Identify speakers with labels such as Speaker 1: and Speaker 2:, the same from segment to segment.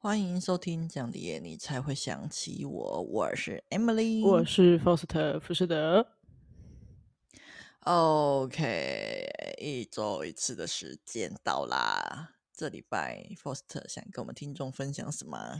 Speaker 1: 欢迎收听这样的夜你才会想起我，我是
Speaker 2: 我
Speaker 1: Emily。
Speaker 2: 是 Foster 福士德。
Speaker 1: OK，一周一次的时间到啦。这礼拜 Foster 想跟我们听众分享什么？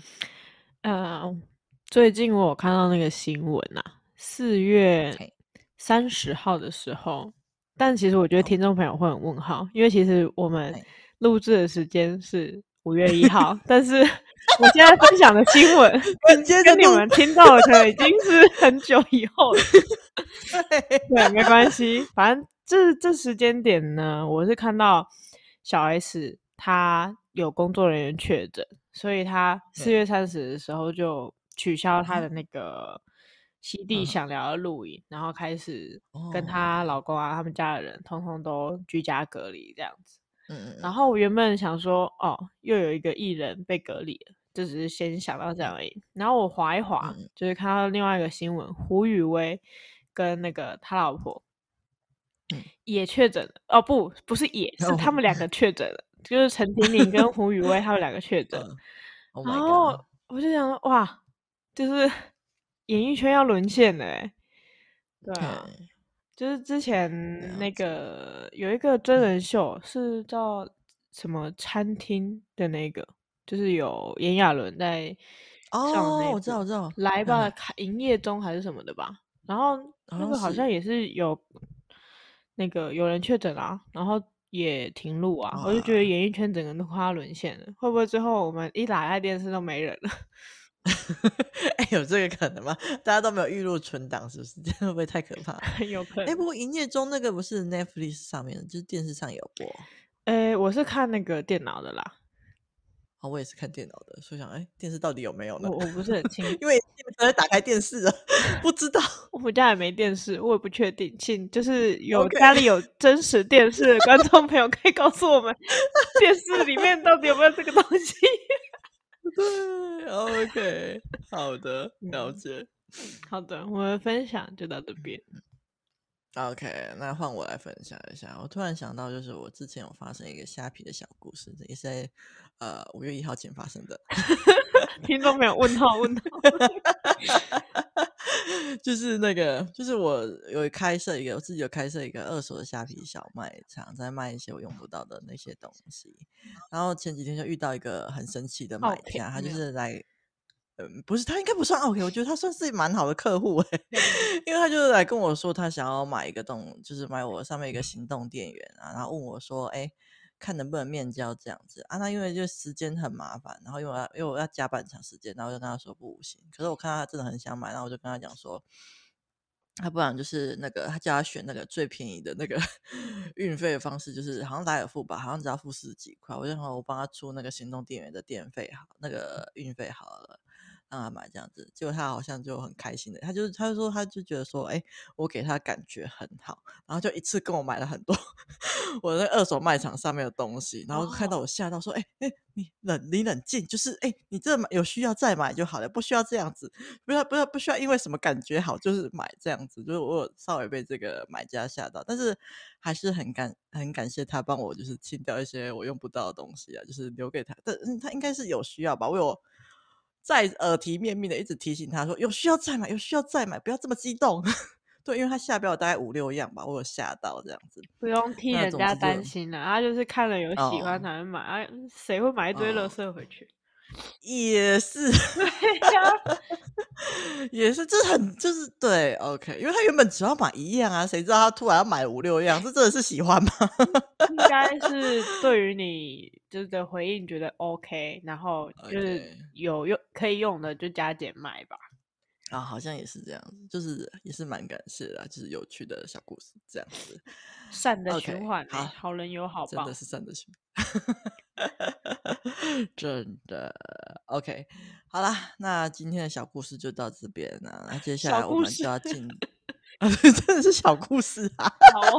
Speaker 2: 最近我有看到那个新闻啊，4月
Speaker 1: 嘿，
Speaker 2: 30号的时候，但其实我觉得
Speaker 1: 好，
Speaker 2: 听众朋友会很问号，因为其实我们
Speaker 1: 嘿，
Speaker 2: 录制的时间是5月1号，但是我现在分享的新闻
Speaker 1: 跟接着录。
Speaker 2: 跟你们听到的可能已经是很久以后了。对，没关系，反正这时间点呢，我是看到小 S 他有工作人员确诊，所以他4月30的时候就取消他的那个西地
Speaker 1: 嗯，
Speaker 2: 想聊的录影，然后开始跟
Speaker 1: 哦，
Speaker 2: 她老公啊他们家的人通通都居家隔离这样子。然
Speaker 1: 嗯，
Speaker 2: 后我原本想说，哦，又有一个艺人被隔离了，就只是先想到这样而已。然后我滑一滑，就是看到另外一个新闻，胡宇威跟那个他老婆也确诊了。哦，不是也是他们两个确诊了，就是陈婷婷跟胡宇威他们两个确诊。
Speaker 1: Oh
Speaker 2: 然
Speaker 1: my
Speaker 2: 后
Speaker 1: god，
Speaker 2: 我就想说，哇，就是演艺圈要沦陷了欸。对啊，
Speaker 1: 嘿，
Speaker 2: 就是之前那
Speaker 1: 了解，
Speaker 2: 个有一个真人秀是叫什么餐厅的那个，就是有炎亚纶在上的
Speaker 1: 哦，我知道，
Speaker 2: 那一部
Speaker 1: 我知道，
Speaker 2: 来吧，
Speaker 1: 嘿嘿，
Speaker 2: 营业中还是什么的吧。然后
Speaker 1: 好
Speaker 2: 那
Speaker 1: 像是，
Speaker 2: 个好像也是有那个有人确诊啊，然后也停录啊。我就觉得
Speaker 1: 哇。
Speaker 2: 演艺圈整个都快要沦陷了，会不会最后我们一打开电视都没人了？
Speaker 1: 哎，有这个可能吗？大家都没有预录存档，是不是？这样会不会太可怕了？
Speaker 2: 很有可
Speaker 1: 哎，不
Speaker 2: 能。
Speaker 1: 过营业中那个不是 Netflix 上面的，就是电视上有播。
Speaker 2: 我是看那个电脑的啦，
Speaker 1: 哦，我也是看电脑的，所以想，哎，电视到底有没有呢？
Speaker 2: 我不是很清。
Speaker 1: 因为不会打开电视了，不知道。
Speaker 2: 我们家也没电视，我也不确定，请就是
Speaker 1: OK，
Speaker 2: 家里有真实电视的观众朋友可以告诉我们，电视里面到底有没有这个东西？
Speaker 1: 对，OK，好的，了
Speaker 2: 嗯，
Speaker 1: 解。
Speaker 2: 好的，我们分享就到这边。
Speaker 1: OK，那换我来分享一下。我突然想到，就是我之前有发生一个虾皮的小故事，也是在5月1号前发生的。
Speaker 2: 听众朋友问号问号，
Speaker 1: 就是那个，就是我有开设一个，我自己有开设一个二手的虾皮小卖场，在卖一些我用不到的那些东西。然后前几天就遇到一个很神奇的买家，他就
Speaker 2: 没有，
Speaker 1: 是来，不是，他应该不算 OK，我觉得他算是蛮好的客户因为他就是来跟我说，他想要买一个就是买我上面一个行动电源啊，然后问我说，哎，看能不能面交这样子啊？那因为就时间很麻烦，然后因为我要加班长时间，然后就跟他说不行。可是我看他真的很想买，然后我就跟他讲说，他不然就是那个他叫他选那个最便宜的那个运费的方式，就是好像莱尔富吧，好像只要付40几块，我就说我帮他出那个行动电源的电费好，那个运费好了。让他买这样子，结果他好像就很开心的，他就说他就觉得说，哎，我给他感觉很好，然后就一次跟我买了很多我在二手卖场上面的东西，然后看到
Speaker 2: 哦，
Speaker 1: 我吓到说，哎，你冷静，就是你这有需要再买就好了，不需要这样子，不需要因为什么感觉好就是买这样子，就是我有稍微被这个买家吓到，但是还是很感谢他帮我就是清掉一些我用不到的东西啊，就是留给他，但他应该是有需要吧，我有在耳提面命的一直提醒他说有需要再买，有需要再买，不要这么激动。对，因为他下标大概5、6样吧，我有吓到这样子。
Speaker 2: 不用替
Speaker 1: 那
Speaker 2: 人家
Speaker 1: 总之就
Speaker 2: 担心了，他就是看了有喜欢
Speaker 1: 哦
Speaker 2: 才会买啊，谁会买一堆垃
Speaker 1: 哦，
Speaker 2: 圾回去？
Speaker 1: 也是，
Speaker 2: 对呀，
Speaker 1: 也是，这很就是对，OK，因为他原本只要买1样啊，谁知道他突然要买5、6样，这真的是喜欢吗？
Speaker 2: 应该是对于你就是的回应觉得 OK，然后就是
Speaker 1: OK，
Speaker 2: 有用可以用的就加减买吧。
Speaker 1: 啊，好像也是这样子，就是也是蛮感谢的啊，就是有趣的小故事这样子。
Speaker 2: 善的循
Speaker 1: OK，
Speaker 2: 环呢、
Speaker 1: 好，
Speaker 2: 好人有好报。
Speaker 1: 真的是真的是，真的 OK，好啦，那今天的小故事就到这边了，那接下来我们
Speaker 2: 小故事，
Speaker 1: 就要进，真的是小故事啊。
Speaker 2: 好，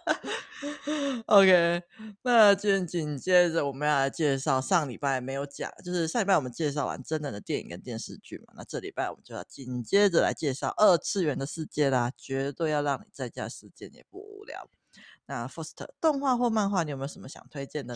Speaker 1: OK，那紧接着我们要来介绍上礼拜没有讲，就是上礼拜我们介绍完真人的电影跟电视剧嘛，那这礼拜我们就要紧接着来介绍二次元的世界啦，绝对要让你在家时间也不无聊。那 First 动画或漫画，你有没有什么想推荐的呢？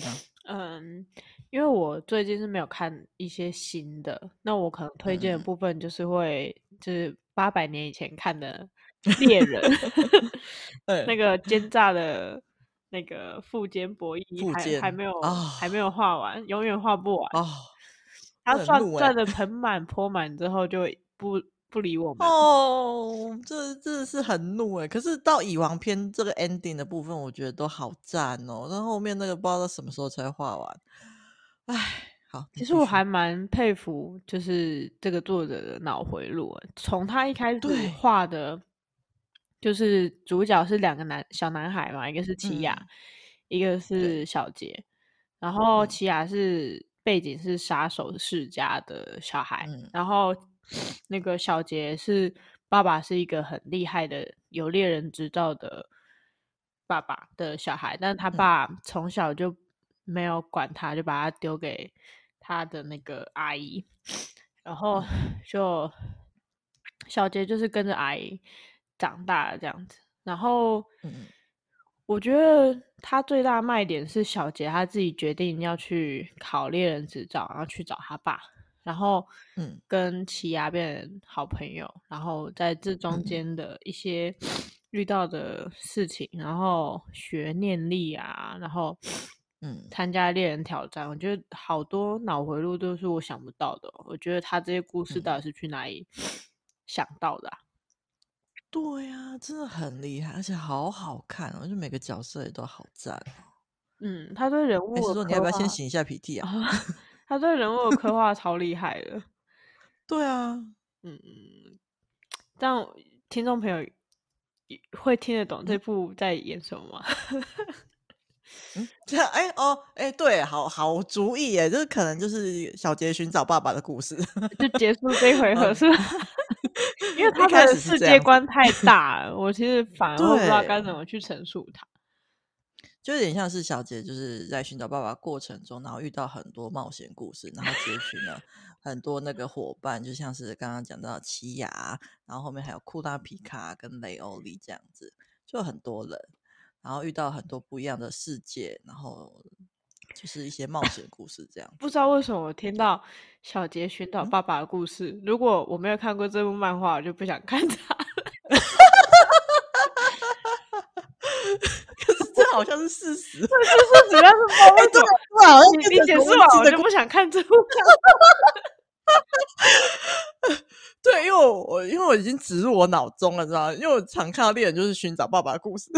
Speaker 2: 因为我最近是没有看一些新的，那我可能推荐的部分就是800年以前看的猎人，那个奸诈的那个富坚博弈还没有画完，永远画不完。他赚的盆满钵满之后就不理我们。
Speaker 1: 这真的是很怒可是到蚁王篇这个 ending 的部分，我觉得都好赞哦。然后后面那个不知道什么时候才画完。好，
Speaker 2: 其实我还蛮佩服，就是这个作者的脑回路。从他一开始画的，就是主角是2个小男孩嘛，一个是奇亚，一个是小杰。然后奇亚是背景是杀手世家的小孩，然后那个小杰是爸爸是一个很厉害的有猎人执照的爸爸的小孩，但是他爸从小就没有管他，就把他丢给他的那个阿姨，然后就小杰就是跟着阿姨长大了这样子。然后我觉得他最大的卖点是小杰他自己决定要去考猎人执照，然后去找他爸，然后跟奇亚变成好朋友，然后在这中间的一些遇到的事情，然后学念力啊，然后参加猎人挑战，我觉得好多脑回路都是我想不到的。我觉得他这些故事到底是去哪里想到的啊？
Speaker 1: 对啊，真的很厉害，而且好好看哦，就每个角色也都好赞哦。
Speaker 2: 他对人物
Speaker 1: 是说你要不要先擤一下鼻涕啊？
Speaker 2: 他对人物的刻画超厉害的。
Speaker 1: 对啊，
Speaker 2: 这样听众朋友会听得懂这部在演什么吗？
Speaker 1: 这样对，好主意耶，就是可能就是小杰寻找爸爸的故事，
Speaker 2: 就结束这一回合是吧？因为他的世界观太大了，我其实反而会不知道该怎么去陈述它。
Speaker 1: 就有点像是小杰就是在寻找爸爸过程中，然后遇到很多冒险故事，然后结群了很多那个伙伴，就像是刚刚讲到奇亚，然后后面还有库拉皮卡跟雷欧利这样子，就很多人，然后遇到很多不一样的世界，然后就是一些冒险故事这样子。
Speaker 2: 不知道为什么我听到小杰寻找爸爸的故事，如果我没有看过这部漫画，我就不想看它了。
Speaker 1: 可是这好像是事实，
Speaker 2: 这是事实，但是不知道为什么。你解释完，我就不想看这部。
Speaker 1: 对，因为我已经植入我脑中了，知道吗？因为我常看到猎人就是寻找爸爸的故事。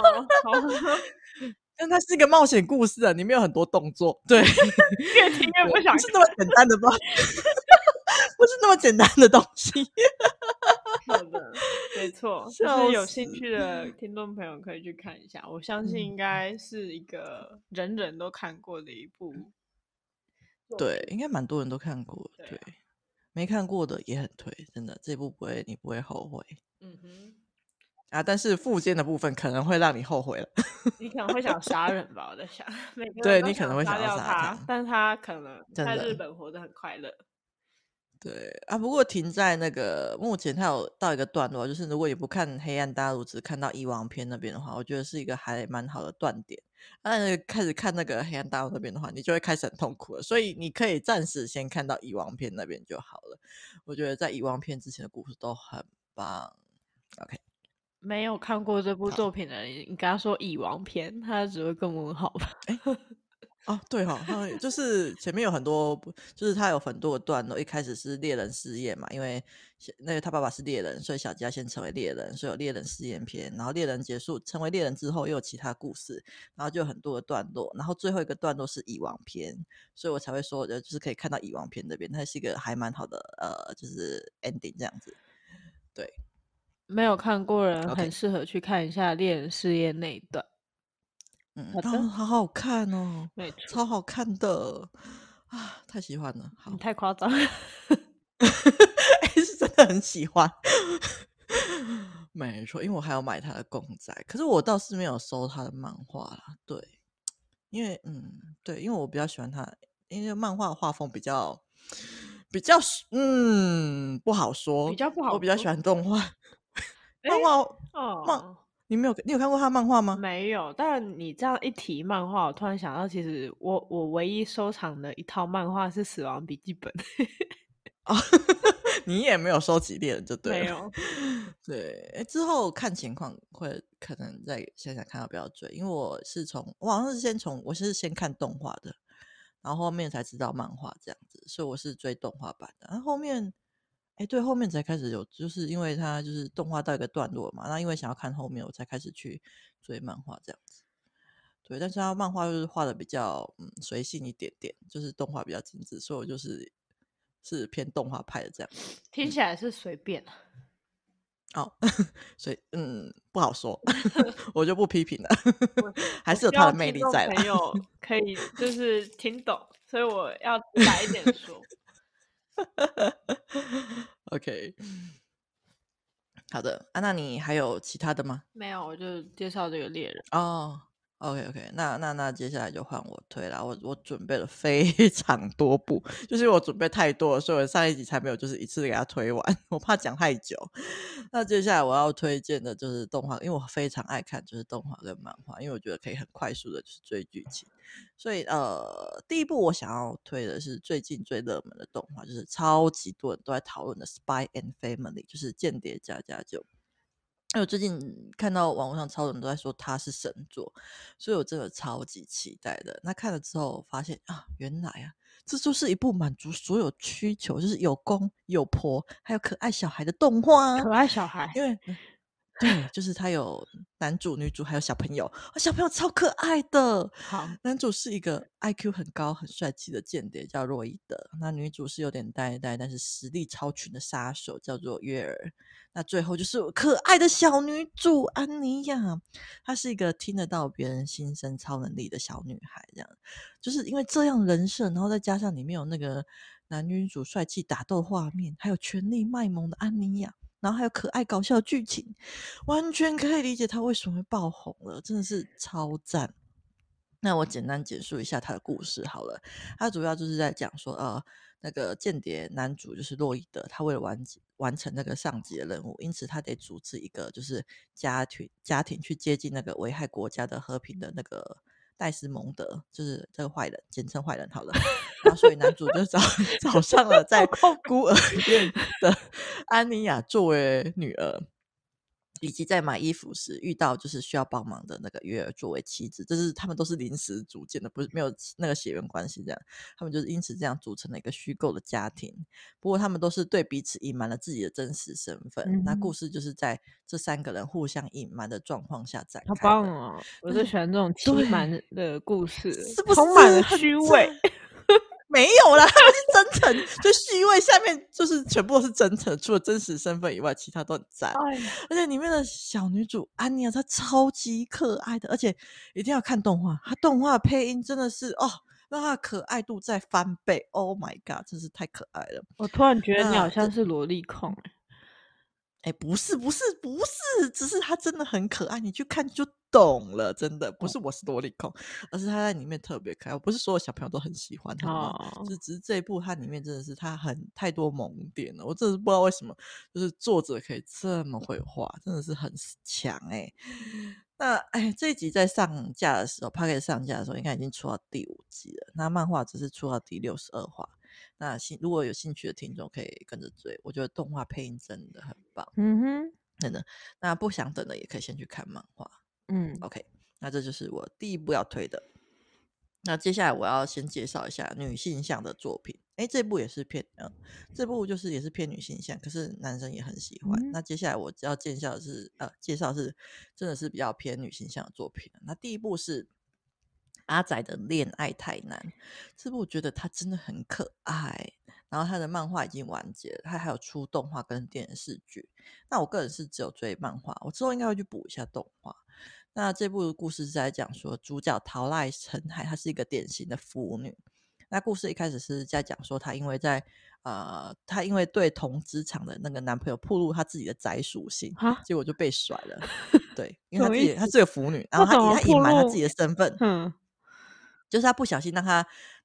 Speaker 1: 但它是一个冒险故事啊，里面有很多动作。对，
Speaker 2: 越听越不想看，
Speaker 1: 不是那么简单的吧？不是那么简单的东西。
Speaker 2: 好的，没错，就是有兴趣的听众朋友可以去看一下。我相信应该是一个人人都看过的一部，
Speaker 1: 对，应该蛮多人都看过。对，没看过的也很推，真的，这部你不会后悔。但是附件的部分可能会让你后悔了。
Speaker 2: 你可能会想杀人吧？我在想，每个
Speaker 1: 对，
Speaker 2: 人都
Speaker 1: 你可能会想要
Speaker 2: 杀掉
Speaker 1: 他，
Speaker 2: 但他可能在日本活得很快乐。
Speaker 1: 对不过停在那个目前他有到一个段落，就是如果你不看黑暗大陆，只看到蚁王篇那边的话，我觉得是一个还蛮好的断点。开始看那个黑暗大陆那边的话，你就会开始很痛苦了。所以你可以暂时先看到蚁王篇那边就好了。我觉得在蚁王篇之前的故事都很棒。OK，
Speaker 2: 没有看过这部作品的人，你跟他说蚁王篇，他只会更问号吧？
Speaker 1: 对就是前面有很多，就是他有很多的段落。一开始是猎人试验嘛，因为那个他爸爸是猎人，所以小杰先成为猎人，所以有猎人试验篇。然后猎人结束成为猎人之后，又有其他故事，然后就有很多的段落。然后最后一个段落是蚁王篇，所以我才会说，就是可以看到蚁王篇那边，它是一个还蛮好的就是 ending 这样子。对，
Speaker 2: 没有看过人很适合去看一下猎人试验那一段。
Speaker 1: 好好看哦，
Speaker 2: 没错，
Speaker 1: 超好看的太喜欢了。好，
Speaker 2: 你太夸张了。
Speaker 1: 是真的很喜欢。没错，因为我还有买他的公仔，可是我倒是没有收他的漫画啦。对，因为对，因为我比较喜欢他，因为漫画画风比较不好说，
Speaker 2: 比较不好说。
Speaker 1: 我比较喜欢动画。漫画你有看过他漫画吗？
Speaker 2: 没有，但你这样一提漫画，我突然想到，其实我唯一收藏的一套漫画是《死亡笔记本》。
Speaker 1: 哦，你也没有收集猎人就对了。
Speaker 2: 没有。
Speaker 1: 对，之后看情况会可能再想想看要不要追，因为我好像是先看动画的，然后后面才知道漫画这样子，所以我是追动画版的。然后后面，对，后面才开始有，就是因为它就是动画到一个段落嘛，那因为想要看后面，我才开始去追漫画这样子。对，但是他漫画就是画的比较随性一点点，就是动画比较精致，所以我是偏动画派的这样。
Speaker 2: 听起来是随便。
Speaker 1: 哦，所以不好说，我就不批评了，还
Speaker 2: 我
Speaker 1: 是有他的魅
Speaker 2: 希望听
Speaker 1: 力在啦。
Speaker 2: 众朋友可以就是听懂，所以我要直白一点说。
Speaker 1: OK，好的啊，那你还有其他的吗？
Speaker 2: 没有，我就介绍这个猎人。
Speaker 1: 哦，OK，那接下来就换我推啦。我准备了非常多部，就是因为我准备太多了，所以我上一集才没有就是一次给他推完，我怕讲太久。那接下来我要推荐的就是动画，因为我非常爱看就是动画跟漫画，因为我觉得可以很快速的就是追剧情。所以第一部我想要推的是最近最热门的动画，就是超级多人都在讨论的《Spy and Family》，就是间谍家家酒。因为我最近看到网络上超多人都在说它是神作，所以我真的超级期待的。那看了之后发现啊，原来啊，这就是一部满足所有需求，就是有公有婆还有可爱小孩的动画啊。
Speaker 2: 可爱小孩。
Speaker 1: 因为对，就是它有男主、女主还有小朋友，小朋友超可爱的。
Speaker 2: 好。
Speaker 1: 男主是一个 IQ 很高、很帅气的间谍，叫洛伊德。那女主是有点呆呆，但是实力超群的杀手，叫做约尔。那最后就是可爱的小女主安妮亚，她是一个听得到别人心声超能力的小女孩。这样，就是因为这样人设，然后再加上里面有那个男女主帅气打斗画面，还有权力卖萌的安妮亚。然后还有可爱搞笑的剧情，完全可以理解他为什么会爆红了，真的是超赞。那我简单简述一下他的故事好了，他主要就是在讲说，那个间谍男主就是洛伊德，他为了完成那个上级的任务，因此他得组织一个就是家庭去接近那个危害国家的和平的那个戴斯蒙德，就是这个坏人，简称坏人好了。然后所以男主就找上了在孤儿院的安妮亚作为女儿，以及在买衣服时遇到就是需要帮忙的那个约尔作为妻子，就是他们都是临时组建的，不是没有那个血缘关系，这样他们就是因此这样组成了一个虚构的家庭。不过他们都是对彼此隐瞒了自己的真实身份。那故事就是在这三个人互相隐瞒的状况下展
Speaker 2: 好
Speaker 1: 开的。
Speaker 2: 棒哦！我最喜欢这种欺瞒
Speaker 1: 对，
Speaker 2: 的故事，
Speaker 1: 是不
Speaker 2: 充满了
Speaker 1: 是很
Speaker 2: 虚伪。
Speaker 1: 赞？没有啦，他们是真诚，就虚伪下面就是全部都是真诚，除了真实身份以外，其他都很赞。
Speaker 2: 哎呀，
Speaker 1: 而且里面的小女主安妮亚，她超级可爱的，而且一定要看动画，她动画配音真的是让她的可爱度再翻倍。Oh my god，真是太可爱了。
Speaker 2: 我突然觉得你好
Speaker 1: 那
Speaker 2: 像是萝莉控。
Speaker 1: 不是，只是他真的很可爱，你去看就懂了，真的不是我是萝莉控，而是他在里面特别可爱。不是所有小朋友都很喜欢他吗？
Speaker 2: 哦，
Speaker 1: 只是这一部它里面真的是他太多萌点了，我真的是不知道为什么，就是作者可以这么会画，真的是很强那这一集在上架的时候 p a c k e t 上架的时候，应该已经出到第5集了。那漫画只是出到第62话。那如果有兴趣的听众可以跟着追，我觉得动画配音真的很棒，
Speaker 2: 嗯哼，
Speaker 1: 真的。那不想等的也可以先去看漫画。OK，那这就是我第一部要推的。那接下来我要先介绍一下女性向的作品。这部也是这部就是也是偏女性向，可是男生也很喜欢。那接下来我要介绍的是真的是比较偏女性向的作品。那第一部是阿仔的恋爱太难，这部我觉得他真的很可爱。然后他的漫画已经完结了，他还有出动画跟电视剧。那我个人是只有追漫画，我之后应该会去补一下动画。那这部的故事是在讲说，主角桃赖陈海，她是一个典型的腐女。那故事一开始是在讲说，她因为对同职场的那个男朋友暴露她自己的宅属性，
Speaker 2: 哈，
Speaker 1: 结果就被甩了。对，因
Speaker 2: 什么意思？
Speaker 1: 为她是个腐女，然后
Speaker 2: 为什么
Speaker 1: 她隐
Speaker 2: 暴露？
Speaker 1: 瞒她自己的身份，就是她不小心让她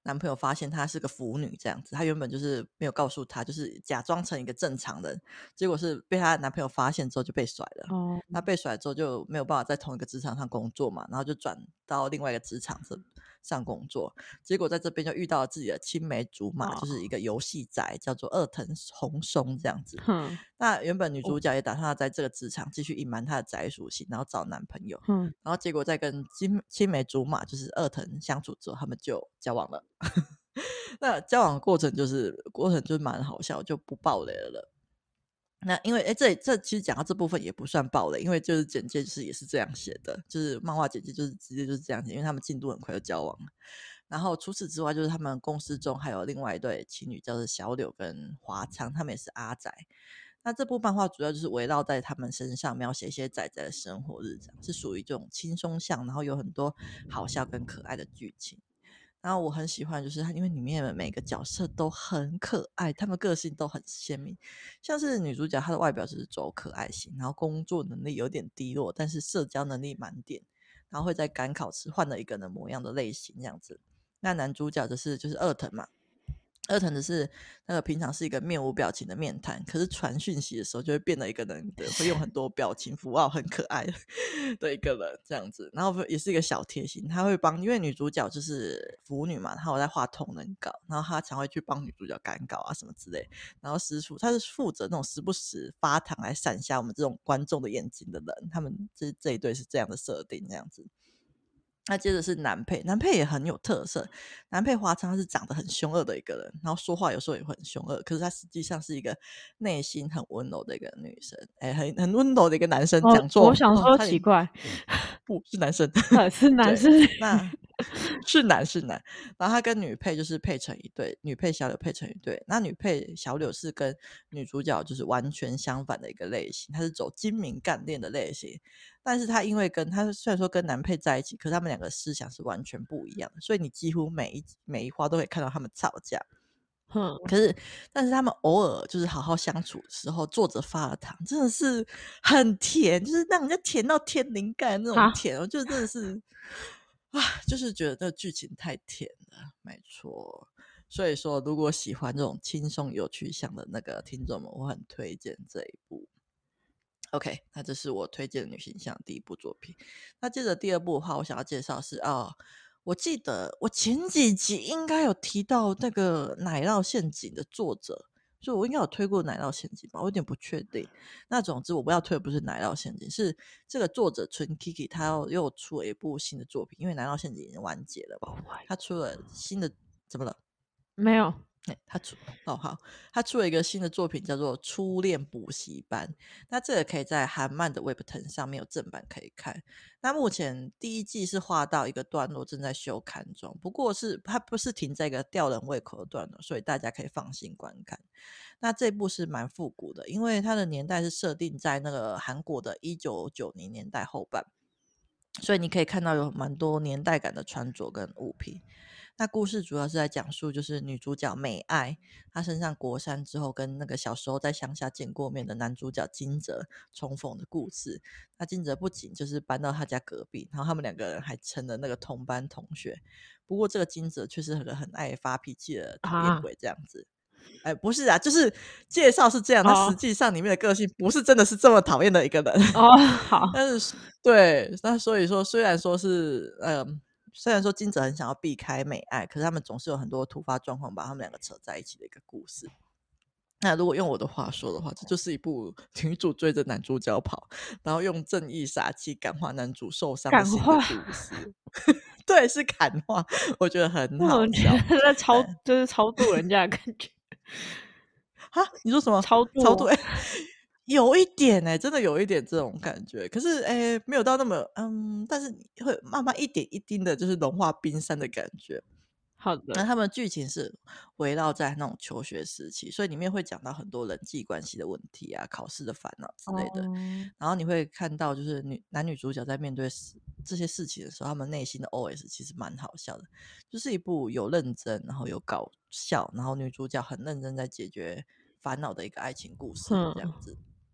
Speaker 1: 男朋友发现她是个腐女这样子，她原本就是没有告诉她，就是假装成一个正常人，结果是被她男朋友发现之后就被甩了。那被甩之后就没有办法在同一个职场上工作嘛，然后就转到另外一个职场上工作，结果在这边就遇到了自己的青梅竹马，就是一个游戏宅，叫做二藤红松这样子。那原本女主角也打算要在这个职场继续隐瞒她的宅属性，然后找男朋友，然后结果在跟青梅竹马就是二藤相处之后，他们就交往了。那交往的过程就是蛮好笑，就不爆雷了。那因为这其实讲到这部分也不算爆雷，因为就是简介也是这样写的，就是漫画简介就是直接就是这样写，因为他们进度很快就交往了。然后除此之外，就是他们公司中还有另外一对情侣，叫做小柳跟华昌，他们也是阿宅。那这部漫画主要就是围绕在他们身上，描写一些宅宅的生活日常，是属于这种轻松向，然后有很多好笑跟可爱的剧情。然后我很喜欢，就是它，因为里面的每个角色都很可爱，他们个性都很鲜明。像是女主角，她的外表就是走可爱型，然后工作能力有点低落，但是社交能力满点，然后会在赶考时换了一个人模样的类型这样子。那男主角就是二藤嘛，二藤的是那个平常是一个面无表情的面瘫，可是传讯息的时候就会变得一个人的，会用很多表情符号，很可爱的一个人这样子。然后也是一个小贴心，他会帮，因为女主角就是腐女嘛，她有在画同人稿，然后他常会去帮女主角赶稿啊什么之类。然后他是负责那种时不时发糖来闪瞎我们这种观众的眼睛的人，他们这一对是这样的设定这样子。那接着是男配，男配也很有特色。男配华昌是长得很凶恶的一个人，然后说话有时候也会很凶恶，可是他实际上是一个内心很温柔的一个女生，很温柔的一个男生。讲错，
Speaker 2: 我想说奇怪，
Speaker 1: 不是男生，
Speaker 2: 是男是
Speaker 1: 那是男。然后他跟女配就是配成一对，女配小柳配成一对。那女配小柳是跟女主角就是完全相反的一个类型，她是走精明干练的类型。但是他因为他虽然说跟男配在一起，可是他们两个思想是完全不一样的，所以你几乎每一话都可以看到他们吵架。但是他们偶尔就是好好相处的时候，作者发的糖真的是很甜，就是让人家甜到天灵盖那种甜。我觉得真的是就是觉得这个剧情太甜了，没错。所以说，如果喜欢这种轻松有趣向的那个听众们，我很推荐这一部。OK，那这是我推荐的女性向第一部作品。那接着第二部的话，我想要介绍是我记得我前几集应该有提到那个奶酪陷阱的作者，所以我应该有推过奶酪陷阱吧，我有点不确定。那总之我不要推的不是奶酪陷阱，是这个作者纯 Kiki 他又出了一部新的作品，因为奶酪陷阱已经完结了，他出了新的，怎么了？
Speaker 2: 没有。
Speaker 1: 他出了一个新的作品叫做《初恋补习班》，那这个可以在韩漫的 Webtoon 上面有正版可以看。那目前第一季是画到一个段落，正在修刊中，不过它不是停在一个吊人胃口的段落，所以大家可以放心观看。那这部是蛮复古的，因为它的年代是设定在那个韩国的1990年代后半，所以你可以看到有蛮多年代感的穿着跟物品。那故事主要是在讲述，就是女主角美爱，她升上国三之后，跟那个小时候在乡下见过面的男主角金哲重逢的故事。那金哲不仅就是搬到他家隔壁，然后他们两个人还成了那个同班同学。不过这个金哲却是很爱发脾气的讨厌鬼这样子。不是啊，就是介绍是这样，他实际上里面的个性不是真的是这么讨厌的一个人。
Speaker 2: 好。
Speaker 1: 但是对，那所以说虽然说金哲很想要避开美爱，可是他们总是有很多突发状况把他们两个扯在一起的一个故事。那如果用我的话说的话，这就是一部女主追着男主角跑，然后用正义杀气感化男主受伤的心的故事。对，是感化，我觉得很好笑。
Speaker 2: 在就是超度人家的感觉。
Speaker 1: 你说什么？
Speaker 2: 超度？
Speaker 1: 有一点真的有一点这种感觉。可是没有到那么但是会慢慢一点一滴的，就是融化冰山的感觉。
Speaker 2: 好的。
Speaker 1: 那他们剧情是围绕在那种求学时期，所以里面会讲到很多人际关系的问题啊、考试的烦恼之类的。然后你会看到，就是男女主角在面对这些事情的时候，他们内心的 OS 其实蛮好笑的。就是一部有认真，然后有搞笑，然后女主角很认真在解决烦恼的一个爱情故事，这样子。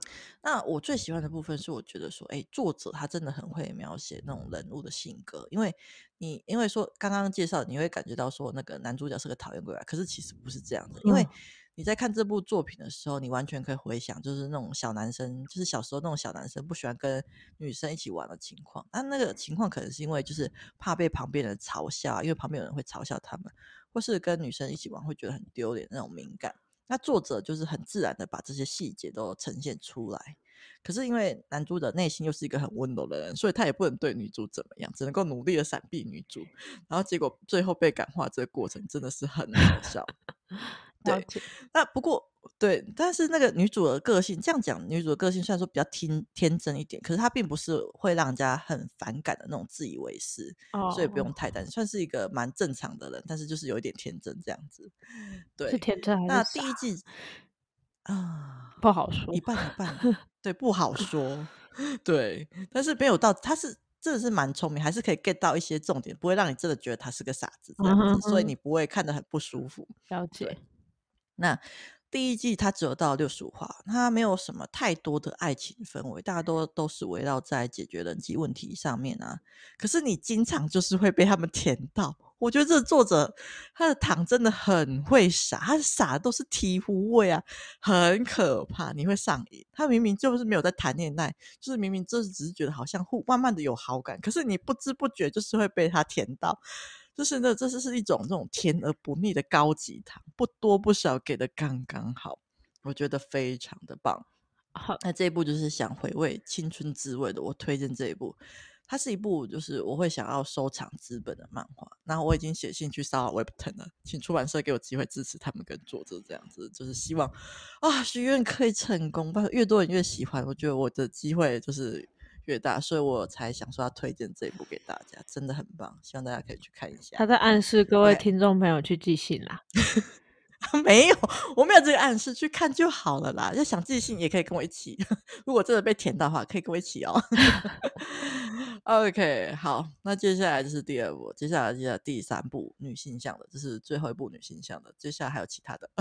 Speaker 1: 那我最喜欢的部分是，我觉得说，作者他真的很会描写那种人物的性格，因为说刚刚介绍，你会感觉到说那个男主角是个讨厌鬼可是其实不是这样的，因为你在看这部作品的时候，你完全可以回想，就是那种小男生，就是小时候那种小男生不喜欢跟女生一起玩的情况。那个情况可能是因为就是怕被旁边人嘲笑，因为旁边有人会嘲笑他们，或是跟女生一起玩会觉得很丢脸那种敏感。那作者就是很自然的把这些细节都呈现出来，可是因为男主的内心又是一个很温柔的人，所以他也不能对女主怎么样，只能够努力的闪避女主，然后结果最后被感化，这个过程真的是很好笑。对，那不过对，但是那个女主的个性，这样讲，女主的个性虽然说比较天真一点，可是她并不是会让人家很反感的那种自以为是，所以不用太担心，算是一个蛮正常的人，但是就是有一点天真这样子。
Speaker 2: 是
Speaker 1: 对，
Speaker 2: 天真还
Speaker 1: 那
Speaker 2: 是傻？
Speaker 1: 第一季
Speaker 2: 不好说，
Speaker 1: 一半一半啦，对，不好说，对，但是没有到，他是真的是蛮聪明，还是可以 get 到一些重点，不会让你真的觉得他是个傻子这样子，所以你不会看得很不舒服。
Speaker 2: 了解。
Speaker 1: 对，那第一季它只有到65话，它没有什么太多的爱情氛围，大家都是围绕在解决人际问题上面啊。可是你经常就是会被他们甜到。我觉得这个作者他的糖真的很会撒，他撒的都是醍醐味啊，很可怕，你会上瘾。他明明就是没有在谈恋爱，就是明明就是只是觉得好像慢慢的有好感，可是你不知不觉就是会被他甜到。就是这是一种这种甜而不腻的高级糖，不多不少，给的刚刚好，我觉得非常的棒。那这一部就是想回味青春滋味的，我推荐这一部。它是一部就是我会想要收藏资本的漫画，然后我已经写信去骚扰 Webtoon 了，请出版社给我机会支持他们跟作者这样子，就是希望许愿可以成功，越多人越喜欢，我觉得我的机会就是越大，所以我才想说要推荐这一部给大家，真的很棒，希望大家可以去看一下。
Speaker 2: 他在暗示各位
Speaker 1: OK
Speaker 2: 听众朋友去寄信啦。
Speaker 1: 没有，我没有这个暗示，去看就好了啦。要想寄信也可以跟我一起，如果真的被甜到的话，可以跟我一起哦。OK，好，那接下来就是第二部，接下来第三部女性向的，这是最后一部女性向的，接下来还有其他的。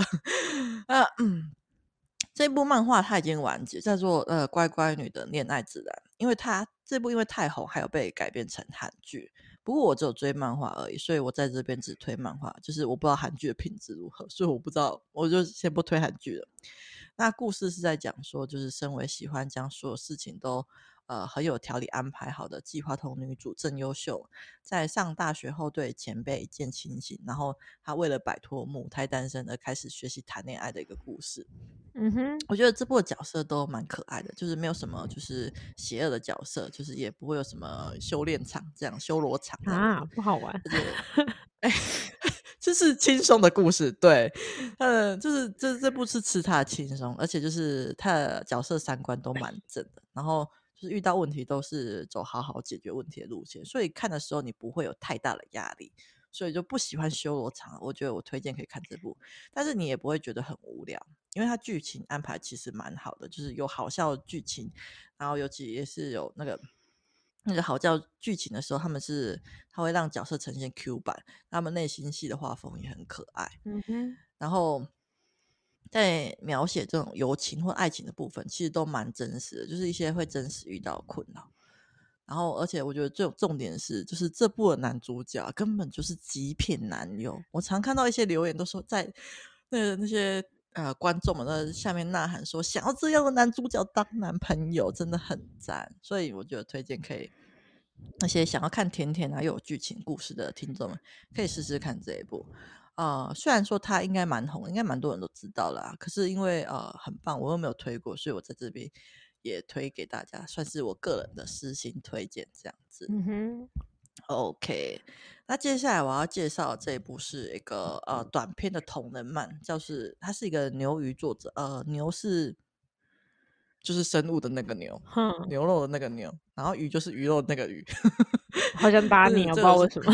Speaker 1: 这部漫画它已经完结，叫做乖乖女的恋爱自然，因为它这部因为太红，还有被改编成韩剧。不过我只有追漫画而已，所以我在这边只推漫画，就是我不知道韩剧的品质如何，所以我不知道，我就先不推韩剧了。那故事是在讲说，就是身为喜欢将所有事情都很有条理安排好的计划通女主郑优秀，在上大学后对前辈一见倾心，然后她为了摆脱母胎单身而开始学习谈恋爱的一个故事。我觉得这部的角色都蛮可爱的，就是没有什么就是邪恶的角色，就是也不会有什么修炼场这样修罗场这样子，
Speaker 2: 不好玩。
Speaker 1: 而且就是轻松的故事，对，就是这部是吃他的轻松，而且就是他的角色三观都蛮正的，然后就是遇到问题都是走好好解决问题的路线，所以看的时候你不会有太大的压力，所以就不喜欢修罗场，我觉得我推荐可以看这部，但是你也不会觉得很无聊，因为它剧情安排其实蛮好的，就是有好笑的剧情，然后尤其也是有那个好笑剧情的时候，他会让角色呈现 Q 版，他们内心戏的画风也很可爱。然后在描写这种友情或爱情的部分，其实都蛮真实的，就是一些会真实遇到的困扰。然后，而且我觉得最重点是，就是这部的男主角根本就是极品男友。我常看到一些留言都说，在那些观众们在下面呐喊说，想要这样的男主角当男朋友，真的很赞。所以我觉得推荐可以，那些想要看甜甜又有剧情故事的听众们，可以试试看这一部。虽然说它应该蛮红，应该蛮多人都知道啦，可是因为很棒，我又没有推过，所以我在这边也推给大家，算是我个人的私心推荐这样子。OK，那接下来我要介绍这一部是一个短篇的同人漫，它是一个牛鱼作者，牛是就是生物的那个牛，牛肉的那个牛，然后鱼就是鱼肉的那个鱼。
Speaker 2: 好想打你，我不知道为什么。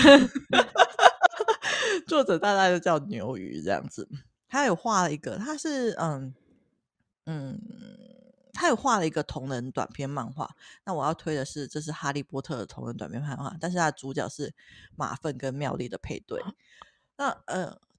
Speaker 1: 作者大概就叫牛鱼这样子。他有画了一个，他有画了一个同人短篇漫画。那我要推的是，这是哈利波特的同人短篇漫画，但是它的主角是马粪跟妙丽的配对。那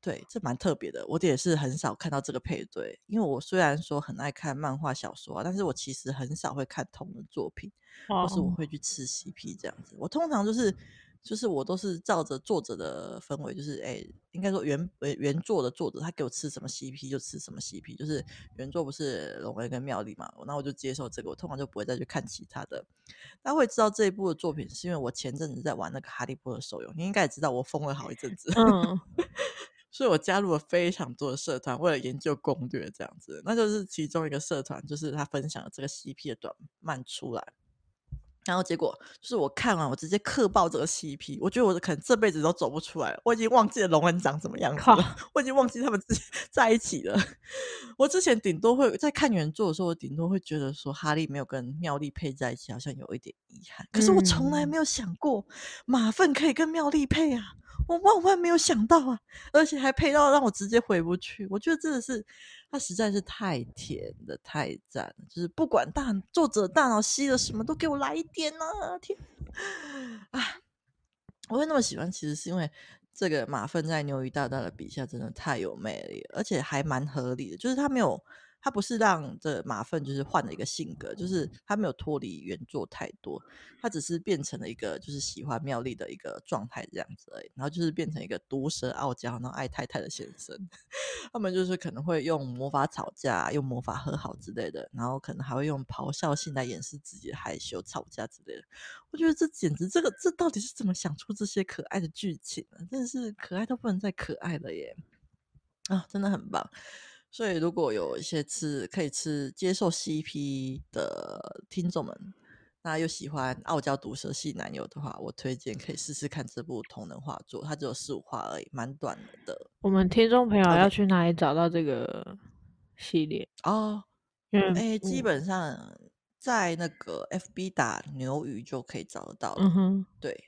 Speaker 1: 对，这蛮特别的，我也是很少看到这个配对。因为我虽然说很爱看漫画小说但是我其实很少会看同人作品，或是我会去吃 CP 这样子。我通常就是我都是照着作者的氛围，就是应该说原作的作者他给我吃什么 CP 就吃什么 CP，就是原作不是龙威跟妙丽嘛，那我就接受这个，我通常就不会再去看其他的。大家会知道这一部的作品，是因为我前阵子在玩那个哈利波特手游，你应该也知道我疯了好一阵子。所以我加入了非常多的社团，为了研究攻略这样子。那就是其中一个社团，就是他分享了这个 CP 的短漫出来，然后结果就是我看完，我直接嗑爆这个 CP，我觉得我可能这辈子都走不出来了。我已经忘记了龙恩长什么样子了，我已经忘记他们自己在一起了。我之前顶多会在看原作的时候，我顶多会觉得说哈利没有跟妙丽配在一起，好像有一点遗憾。可是我从来没有想过马粪可以跟妙丽配啊！我万万没有想到啊，而且还配到让我直接回不去。我觉得真的是他实在是太甜了，太赞了，就是不管作者大脑吸了什么都给我来一点啊！天啊，我会那么喜欢，其实是因为这个马粪在牛鱼大大的笔下真的太有魅力了，而且还蛮合理的，就是他不是让这马粪就是换了一个性格，就是他没有脱离原作太多，他只是变成了一个就是喜欢妙丽的一个状态这样子而已，然后就是变成一个毒舌傲娇然后爱太太的先生。他们就是可能会用魔法吵架，用魔法和好之类的，然后可能还会用咆哮性来掩饰自己的害羞、吵架之类的。我觉得这简直，这到底是怎么想出这些可爱的剧情呢？真的是可爱到不能再可爱了耶！啊，真的很棒。所以如果有一些可以接受 CP 的听众们，那又喜欢傲娇毒舌系男友的话，我推荐可以试试看这部同人画作，它只有15话而已，蛮短的。
Speaker 2: 我们听众朋友要
Speaker 1: OK
Speaker 2: 去哪里找到这个系列？
Speaker 1: 哦，
Speaker 2: 因为
Speaker 1: 基本上在那个 FB 打牛鱼就可以找得到了。对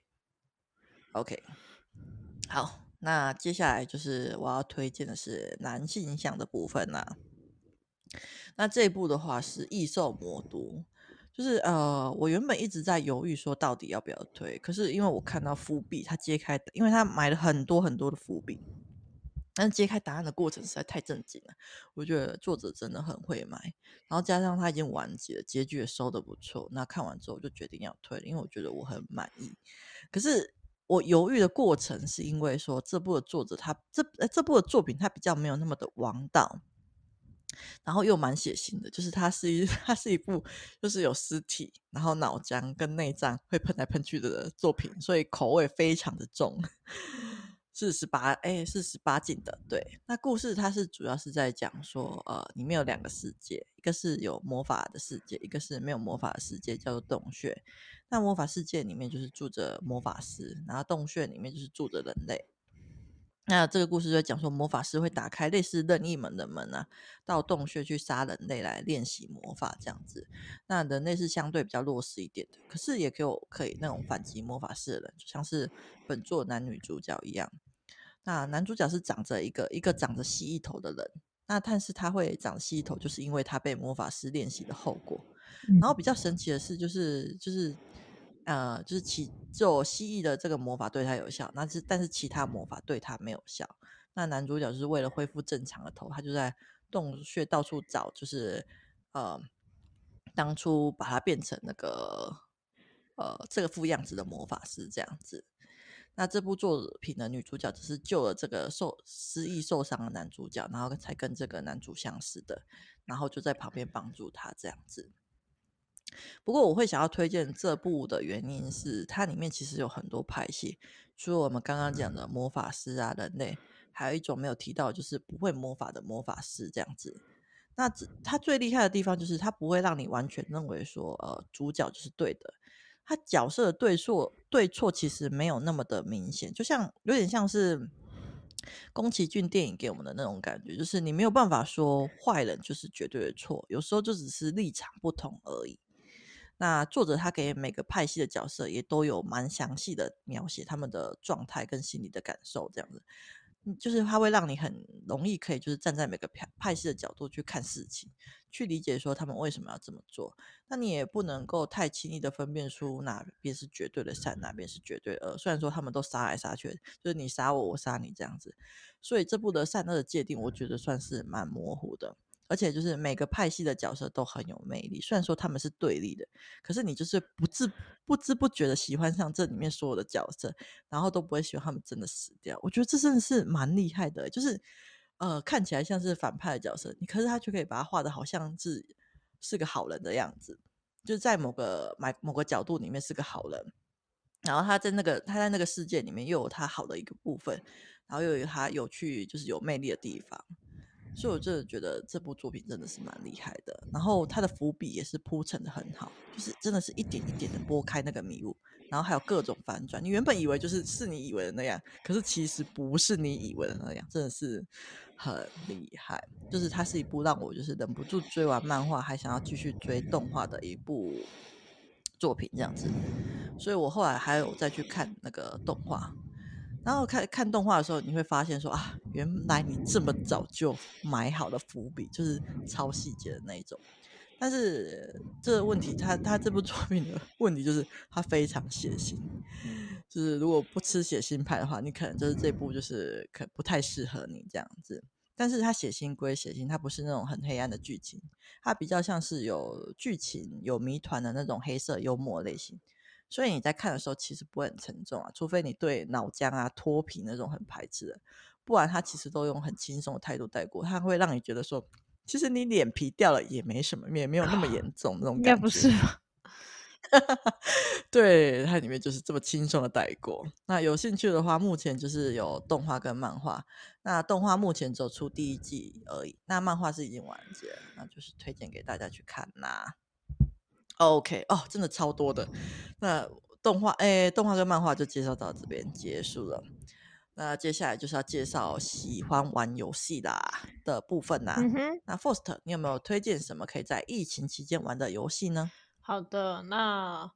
Speaker 1: ，OK。好，那接下来就是我要推荐的是男性向的部分啦。那这一部的话是异兽魔都，就是我原本一直在犹豫说到底要不要推，可是因为我看到伏笔，他揭开，因为他埋了很多很多的伏笔，但是揭开答案的过程实在太震惊了，我觉得作者真的很会埋，然后加上他已经完结了，结局也收的不错，那看完之后就决定要推了，因为我觉得我很满意。可是我犹豫的过程是因为说这部的作者他这部的作品他比较没有那么的王道，然后又蛮血腥的，就是它是一部就是有尸体，然后脑浆跟内脏会喷来喷去的作品，所以口味非常的重。是18禁的。对，那故事它是主要是在讲说，里面有2个世界，一个是有魔法的世界，一个是没有魔法的世界，叫做洞穴。那魔法世界里面就是住着魔法师，然后洞穴里面就是住着人类。那这个故事就在讲说，魔法师会打开类似任意门的门啊，到洞穴去杀人类来练习魔法这样子。那人类是相对比较弱势一点的，可是也可以那种反击魔法师的人，就像是本作男女主角一样。那男主角是长着一个长着蜥蜴头的人，那但是他会长蜥蜴头，就是因为他被魔法师练习的后果。然后比较神奇的是，就是只有蜥蜴的这个魔法对他有效，但是其他魔法对他没有效。那男主角就是为了恢复正常的头，他就在洞穴到处找，就是呃，当初把他变成那个这个副样子的魔法师这样子。那这部作品的女主角只是救了这个失忆受伤的男主角，然后才跟这个男主相识的，然后就在旁边帮助他这样子。不过我会想要推荐这部的原因是，它里面其实有很多派系，除了我们刚刚讲的魔法师啊、人类，还有一种没有提到，就是不会魔法的魔法师这样子。那它最厉害的地方就是，它不会让你完全认为说，主角就是对的。他角色的对错其实没有那么的明显，就像有点像是宫崎骏电影给我们的那种感觉，就是你没有办法说坏人就是绝对的错，有时候就只是立场不同而已。那作者他给每个派系的角色也都有蛮详细的描写他们的状态跟心理的感受，这样子，就是他会让你很容易可以就是站在每个派系的角度去看事情，去理解说他们为什么要这么做。那你也不能够太轻易的分辨出哪边是绝对的善，哪边是绝对的恶。虽然说他们都杀来杀去，就是你杀我，我杀你这样子，所以这部的善恶的界定，我觉得算是蛮模糊的。而且就是每个派系的角色都很有魅力，虽然说他们是对立的，可是你就是不知不觉的喜欢上这里面所有的角色，然后都不会希望他们真的死掉。我觉得这真的是蛮厉害的，就是看起来像是反派的角色，可是他就可以把他画的好像是个好人的样子，就在某个角度里面是个好人，然后他在那个世界里面又有他好的一个部分，然后又有他有趣就是有魅力的地方。所以我真的觉得这部作品真的是蛮厉害的，然后它的伏笔也是铺陈的很好，就是真的是一点一点的拨开那个迷雾，然后还有各种反转。你原本以为是你以为的那样，可是其实不是你以为的那样，真的是很厉害。就是它是一部让我就是忍不住追完漫画还想要继续追动画的一部作品这样子。所以我后来还有再去看那个动画。然后看动画的时候，你会发现说啊，原来你这么早就埋好了伏笔，就是超细节的那一种。但是这个问题，他这部作品的问题就是它非常血腥，就是如果不吃血腥派的话，你可能就是这部就是可不太适合你这样子。但是它血腥归血腥，它不是那种很黑暗的剧情，它比较像是有剧情、有谜团的那种黑色幽默类型。所以你在看的时候其实不会很沉重啊，除非你对脑浆啊脱皮那种很排斥的，不然他其实都用很轻松的态度带过，他会让你觉得说其实你脸皮掉了也没什么，也没有那么严重那种
Speaker 2: 应该
Speaker 1: 感觉。
Speaker 2: 不是吧？
Speaker 1: 对，它里面就是这么轻松的带过。那有兴趣的话，目前就是有动画跟漫画。那动画目前只有出第一季而已，那漫画是已经完结了，那就是推荐给大家去看啦。OK，哦，真的超多的。那动画跟漫画就介绍到这边结束了。那接下来就是要介绍喜欢玩游戏的部分啦。那 First， 你有没有推荐什么可以在疫情期间玩的游戏呢？
Speaker 2: 好的，那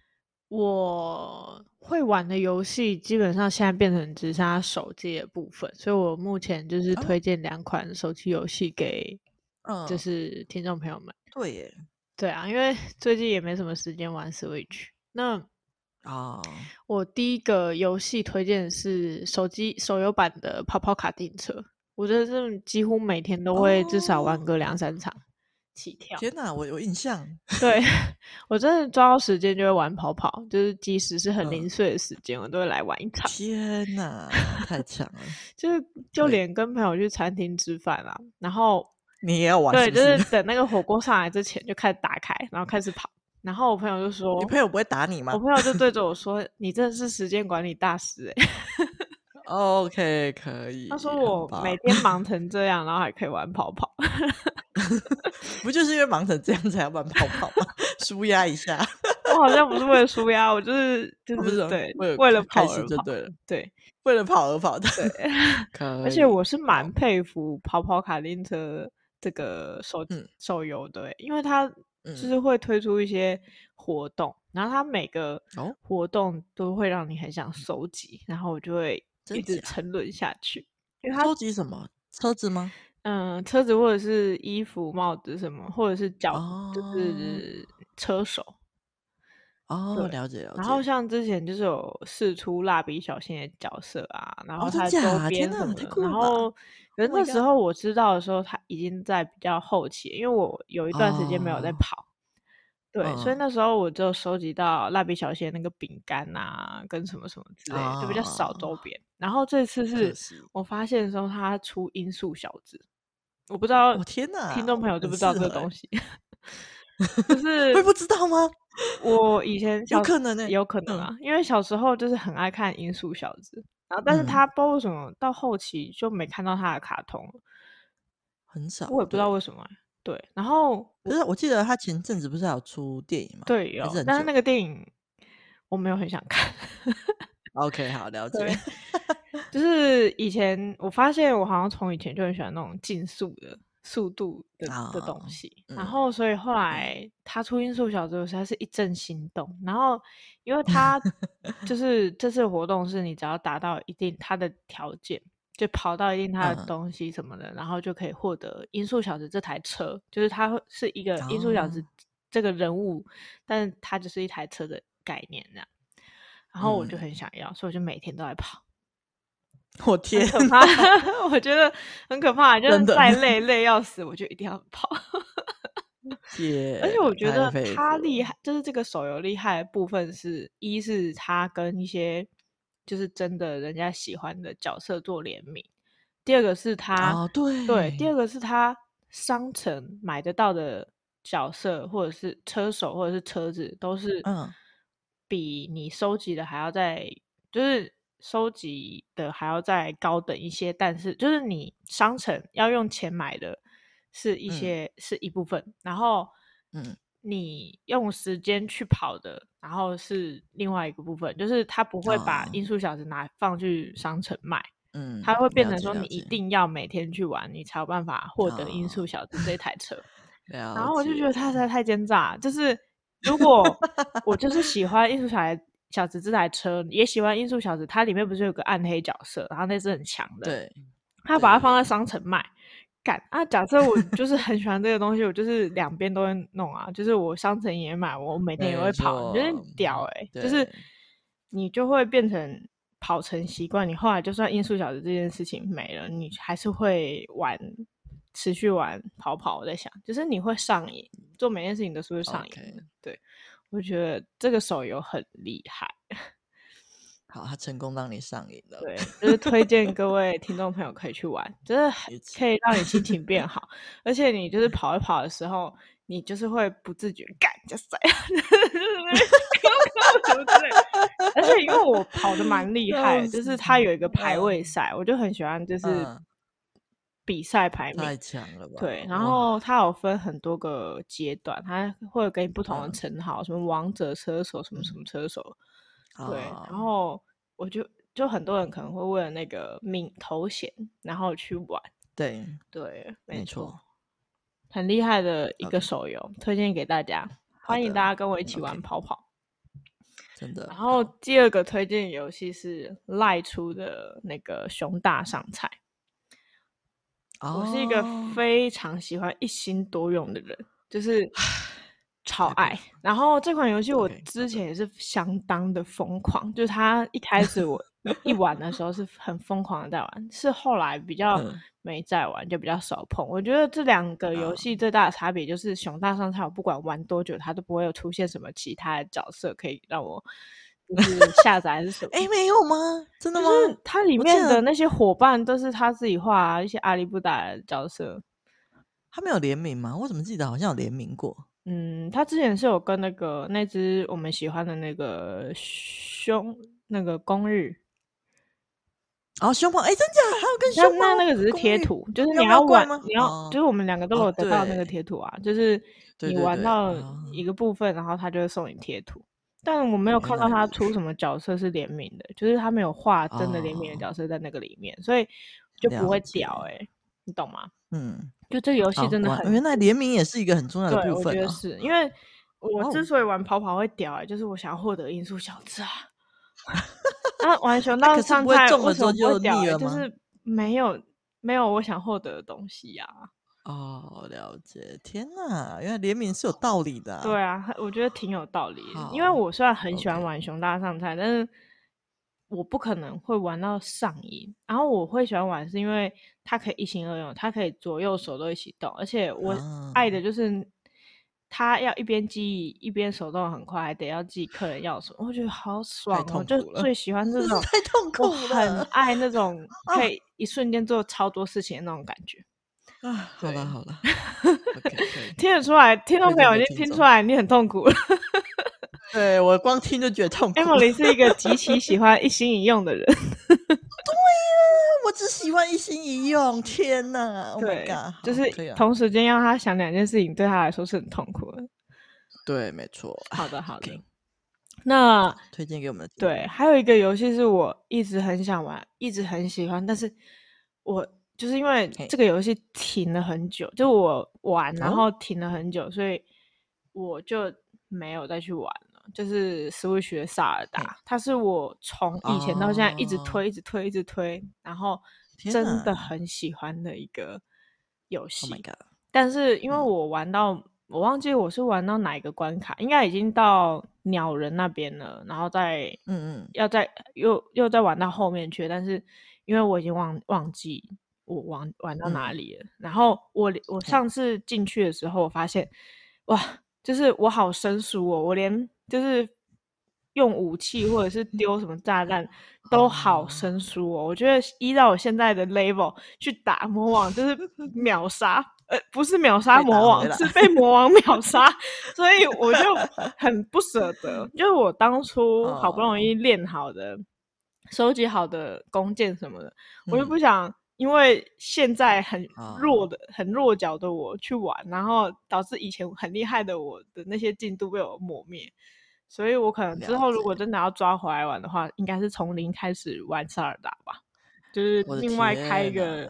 Speaker 2: 我会玩的游戏基本上现在变成只剩下手机的部分，所以我目前就是推荐2款手机游戏给就是听众朋友们。
Speaker 1: 对耶，
Speaker 2: 对啊，因为最近也没什么时间玩 Switch。那我第一个游戏推荐的是手游版的跑跑卡丁车，我觉得这几乎每天都会至少玩个2-3场起跳。
Speaker 1: 天哪，我有印象。
Speaker 2: 对，我真的抓到时间就会玩跑跑，就是即使是很零碎的时间，我都会来玩一场。
Speaker 1: 天哪，太强了！
Speaker 2: 就连跟朋友去餐厅吃饭啊，然后
Speaker 1: 你也要玩
Speaker 2: 对，
Speaker 1: 是不
Speaker 2: 就是等那个火锅上来之前就开始打开，然后开始跑。然后我朋友就说：“
Speaker 1: 你朋友不会打你吗？”
Speaker 2: 我朋友就对着我说：“你真的是时间管理大师欸。
Speaker 1: OK，可以。
Speaker 2: 他说：“我每天忙成这样，然后还可以玩跑跑。”
Speaker 1: 不就是因为忙成这样才要玩跑跑吗？舒压一下。
Speaker 2: 我好像不是为了舒压，我就是对，为了跑而跑。
Speaker 1: 对了，
Speaker 2: 对，
Speaker 1: 为了跑而跑的。
Speaker 2: 对，而且我是蛮佩服跑跑卡丁车这个手游的，因为它就是会推出一些活动，然后它每个活动都会让你很想收集，然后我就会一直沉沦下去。因为它
Speaker 1: 收集什么？车子吗？
Speaker 2: 车子或者是衣服、帽子什么，或者是就是车手。
Speaker 1: 了解。
Speaker 2: 然后像之前就是有试出蜡笔小新的角色啊，然后它的周边什么的。然后可是那时候我知道的时候，它已经在比较后期，因为我有一段时间没有在跑。对，所以那时候我就收集到蜡笔小新那个饼干啊，跟什么什么之类的，就比较少周边。然后这次是我发现的时候，它出音速小子，我不知道
Speaker 1: 天哪，
Speaker 2: 听众朋友知不知道这个东西？就是
Speaker 1: 会不知道吗？
Speaker 2: 我以前
Speaker 1: 有可能
Speaker 2: 有可能啊，因为小时候就是很爱看音速小子，然后但是他不知道为什么到后期就没看到他的卡通了，
Speaker 1: 很少，
Speaker 2: 我也不知道为什么。对，然后
Speaker 1: 可是我记得他前阵子不是还有出电影吗？
Speaker 2: 对，有，但是那个电影我没有很想看。
Speaker 1: OK， 好，了解。
Speaker 2: 就是以前我发现我好像从以前就很喜欢那种竞速的速度的东西，然后所以后来他出音速小子，我实在是一阵心动。然后因为他就是这次活动是你只要达到一定他的条件， 就跑到一定它的东西什么的，然后就可以获得音速小子这台车，就是它是一个音速小子这个人物，但是它就是一台车的概念这样。然后我就很想要，所以我就每天都在跑。
Speaker 1: 我天，
Speaker 2: 很可怕，我觉得很可怕，就是再累要死，我就一定要跑。而且我觉得他厉害，就是这个手游厉害的部分是，一是他跟一些就是真的人家喜欢的角色做联名，第二个是他对，第二个是他商城买得到的角色或者是车手或者是车子都是比你收集的还要再就是收集的还要再高等一些，但是就是你商城要用钱买的是是一部分，然后你用时间去跑的，然后是另外一个部分，就是他不会把音速小子放去商城卖，他会变成说你一定要每天去玩，你才有办法获得音速小子这台车。然后我就觉得他实在太奸诈，就是如果我就是喜欢音速小子这台车，也喜欢音速小子，它里面不是有个暗黑角色，然后那是很强的，
Speaker 1: 对，
Speaker 2: 他把它放在商城卖。假设我就是很喜欢这个东西，我就是两边都会弄啊，就是我商城也买，我每天也会跑，你就是屌就是你就会变成跑成习惯，你后来就算音速小子这件事情没了，你还是会持续玩跑。我在想，就是你会上瘾，做每件事情都是会上瘾的。对，我觉得这个手游很厉害。
Speaker 1: 好，他成功让你上瘾了。
Speaker 2: 对，就是推荐各位听众朋友可以去玩，就是可以让你心情变好，而且你就是跑一跑的时候，你就是会不自觉干就塞，什么之类。而且因为我跑的蛮厉害，就是它有一个排位赛，我就很喜欢，就是比赛排名
Speaker 1: 太强了吧？
Speaker 2: 对，然后它有分很多个阶段，它会有给你不同的称号，什么王者车手，什么什么车手。对，然后我就很多人可能会为了那个头衔，然后去玩。对，没错，很厉害的一个手游，推荐给大家，欢迎大家跟我一起玩跑跑。
Speaker 1: 真的。
Speaker 2: 然后第二个推荐游戏是赖出的那个熊大上菜。我是一个非常喜欢一心多用的人，就是超爱。然后这款游戏我之前也是相当的疯狂，就是它一开始我一玩的时候是很疯狂的在玩，是后来比较没在玩，就比较少碰。我觉得这两个游戏最大的差别就是熊大上菜，我不管玩多久，它都不会有出现什么其他的角色可以让我就是下载还是什么？
Speaker 1: 没有吗？真的吗？
Speaker 2: 就是它里面的那些伙伴都是他自己画一些阿里不达的角色。
Speaker 1: 他没有联名吗？我怎么记得好像有联名过？
Speaker 2: 他之前是有跟那只我们喜欢的那个那个公日。
Speaker 1: 凶炮，真假？还有跟凶炮？
Speaker 2: 那个只是贴图，就是你要玩，就是我们两个都有得到那个贴图啊，就是你玩到一个部分，然后他就会送你贴图。但我没有看到他出什么角色是联名的，就是他没有画真的联名的角色在那个里面，所以就不会屌你懂吗？就这个游戏真的很，
Speaker 1: 原来联名也是一个很重要的部分。
Speaker 2: 我觉得是因为我之所以玩跑跑会屌就是我想要获得音速小子啊。那玩熊大上菜为什么不会屌？就是没有我想获得的东西呀。
Speaker 1: 了解。天哪，原来联名是有道理的。
Speaker 2: 对啊，我觉得挺有道理的。因为我虽然很喜欢玩熊大上菜，但是我不可能会玩到上瘾。然后我会喜欢玩是因为它可以一心二用，它可以左右手都一起动，而且我爱的就是他要一边记忆一边手动很快，还得要记客人要什么，我觉得好爽哦！就最喜欢这种，
Speaker 1: 太痛苦了。
Speaker 2: 我很爱那种可以一瞬间做超多事情的那种感觉。
Speaker 1: 好了
Speaker 2: 听得出来，听众朋友已经听出来你很痛苦了。
Speaker 1: 对，我光听就觉得痛苦。
Speaker 2: Emily 是一个极其喜欢一心一用的人。
Speaker 1: 对呀，我只喜欢一心一用。天哪 ！Oh my god！
Speaker 2: 就是同时间让他想两件事情，对他来说是很痛苦的。
Speaker 1: 对，没错。
Speaker 2: 好的。那
Speaker 1: 推荐给我们的
Speaker 2: 对，还有一个游戏是我一直很想玩，一直很喜欢，但是我就是因为这个游戏停了很久，就我玩然后停了很久，所以我就没有再去玩了。就是 Switch 的萨尔达，它是我从以前到现在一直推，然后真的很喜欢的一个游戏。
Speaker 1: Oh my god！
Speaker 2: 但是因为我玩到我忘记我是玩到哪一个关卡，应该已经到鸟人那边了，然后再要再又再玩到后面去，但是因为我已经忘记我玩到哪里了。然后我上次进去的时候，我发现哇，就是我好生疏哦，我连就是用武器或者是丢什么炸弹都好生疏哦。我觉得依照我现在的 level 去打魔王就是秒杀。不是秒杀魔王，是被魔王秒杀，所以我就很不舍得。就是我当初好不容易练好的、收集好的弓箭什么的，我就不想因为现在很弱脚的我去玩，然后导致以前很厉害的我的那些进度被我抹灭。所以我可能之后如果真的要抓回来玩的话，应该是从零开始玩萨尔达吧，就是另外开一个。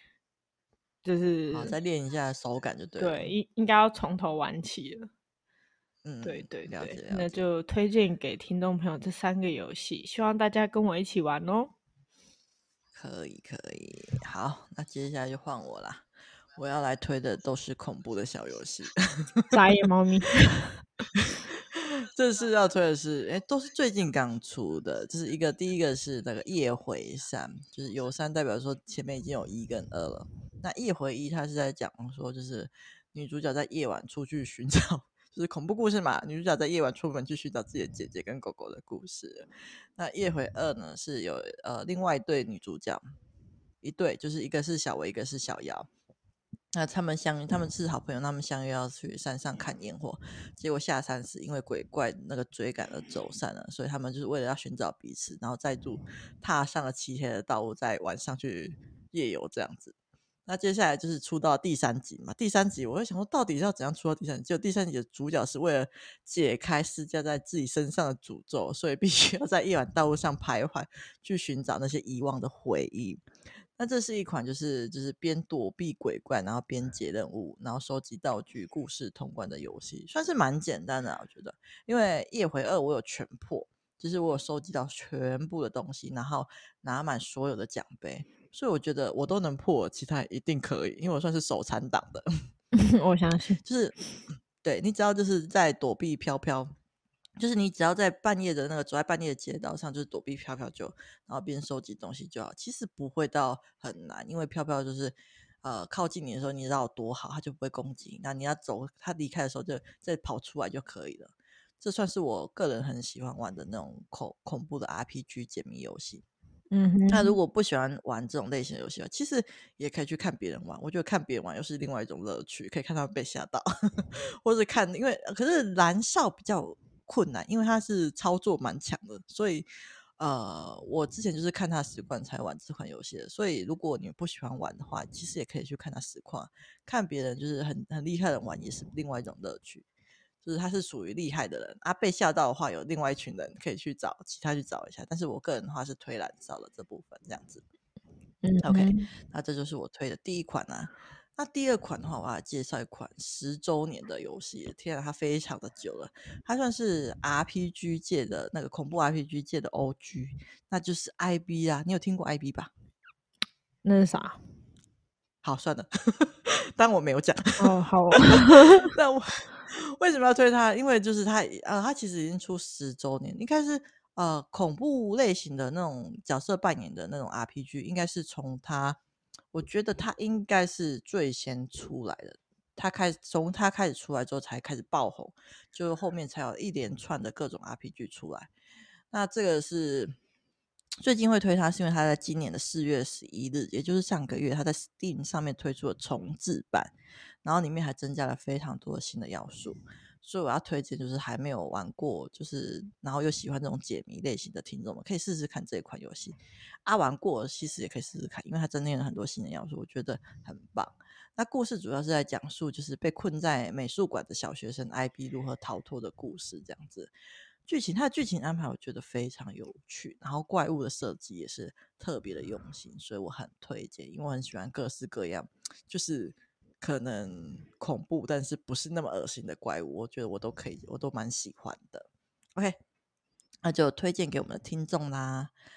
Speaker 2: 就是
Speaker 1: 再练一下手感就对了。
Speaker 2: 对，应该要从头玩起了。对，
Speaker 1: 了解。
Speaker 2: 那就推荐给听众朋友这3个游戏，希望大家跟我一起玩哦。
Speaker 1: 可以，好，那接下来就换我啦。我要来推的都是恐怖的小游戏。
Speaker 2: 眨眼猫咪。
Speaker 1: 这次要推的是，都是最近刚出的。这是第一个是那个夜回3，就是有3代表说前面已经有1跟2了。那夜回1它是在讲说，就是女主角在夜晚出去寻找，就是恐怖故事嘛，女主角在夜晚出门去寻找自己的姐姐跟狗狗的故事。那夜回2呢是有另外一对女主角，一对就是一个是小薇，一个是小瑶。那他们是好朋友，他们相约要去山上看烟火，结果下山时因为鬼怪那个追赶而走散了，所以他们就是为了要寻找彼此，然后再度踏上了漆黑的道路，在晚上去夜游这样子。那接下来就是出到第3集嘛，第3集我会想说到底要怎样出到第3集，结果第3集的主角是为了解开施加在自己身上的诅咒，所以必须要在夜晚道路上徘徊，去寻找那些遗忘的回忆。那这是一款就是边躲避鬼怪，然后边解任务，然后收集道具、故事通关的游戏，算是蛮简单的我觉得。因为夜回2我有全破，就是我有收集到全部的东西，然后拿满所有的奖杯，所以我觉得我都能破，其他一定可以，因为我算是手残党的。
Speaker 2: 我相信，
Speaker 1: 就是对你只要就是在躲避飘飘。就是你只要在半夜的那个走在半夜的街道上，就是躲避飘飘然后边收集东西就好。其实不会到很难，因为飘飘就是靠近你的时候，你知道有多好，它就不会攻击你。那你要走，它离开的时候就再跑出来就可以了。这算是我个人很喜欢玩的那种恐怖的 RPG 解谜游戏。那如果不喜欢玩这种类型的游戏，其实也可以去看别人玩。我觉得看别人玩又是另外一种乐趣，可以看他们被吓到，或者看，可是蓝少比较困难，因为他是操作蛮强的，所以我之前就是看他实况才玩这款游戏的。所以如果你不喜欢玩的话，其实也可以去看他实况，看别人就是很厉害的人玩，也是另外一种乐趣。就是他是属于厉害的人啊，被吓到的话，有另外一群人可以去找其他去找一下。但是我个人的话是推蓝少的这部分这样子。OK，那这就是我推的第一款啊。那第二款的话，我要介绍一款10周年的游戏。天啊，它非常的久了，它算是 RPG 界的那个恐怖 RPG 界的 OG，那就是 IB 啊。你有听过 IB 吧？
Speaker 2: 那是啥？
Speaker 1: 好，算了，当我没有讲。
Speaker 2: 哦，好哦。
Speaker 1: 那我为什么要推它？因为就是它其实已经出10周年，应该是恐怖类型的那种角色扮演的那种 RPG，应该是从它，我觉得它应该是最先出来的。从它开始出来之后才开始爆红，就后面才有一连串的各种 RPG 出来。那这个是最近会推它，是因为它在今年的4月11日，也就是上个月，它在 Steam 上面推出了重制版，然后里面还增加了非常多的新的要素。所以我要推荐就是还没有玩过，就是然后又喜欢这种解谜类型的听众们，可以试试看这一款游戏。玩过其实也可以试试看，因为它增添了很多新的要素，我觉得很棒。那故事主要是在讲述就是被困在美术馆的小学生 IB 如何逃脱的故事，这样子。它的剧情安排我觉得非常有趣，然后怪物的设计也是特别的用心，所以我很推荐，因为我很喜欢各式各样，就是可能恐怖但是不是那么恶心的怪物，我觉得我都蛮喜欢的。OK，那就推荐给我们的听众啦。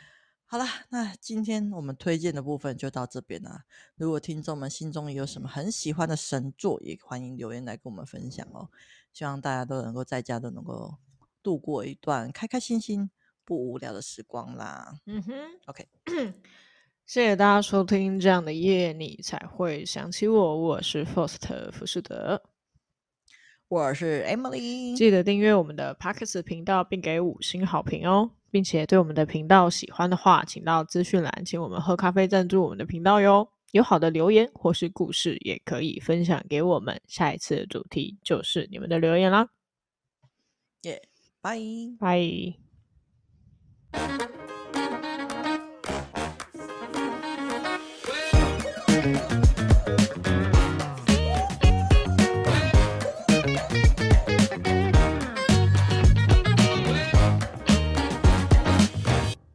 Speaker 1: 好啦，那今天我们推荐的部分就到这边啦。如果听众们心中有什么很喜欢的神作，也欢迎留言来跟我们分享哦。希望大家都能够在家都能够度过一段开开心心、不无聊的时光啦。OK，
Speaker 2: 谢谢大家收听这样的夜，你才会想起我。我是 Faust 福士德，
Speaker 1: 我是 Emily，
Speaker 2: 记得订阅我们的 Podcast 频道，并给5星好评哦，并且对我们的频道喜欢的话，请到资讯栏请我们喝咖啡赞助我们的频道哟。有好的留言或是故事，也可以分享给我们。下一次的主题就是你们的留言啦。
Speaker 1: 耶，拜。
Speaker 2: 拜。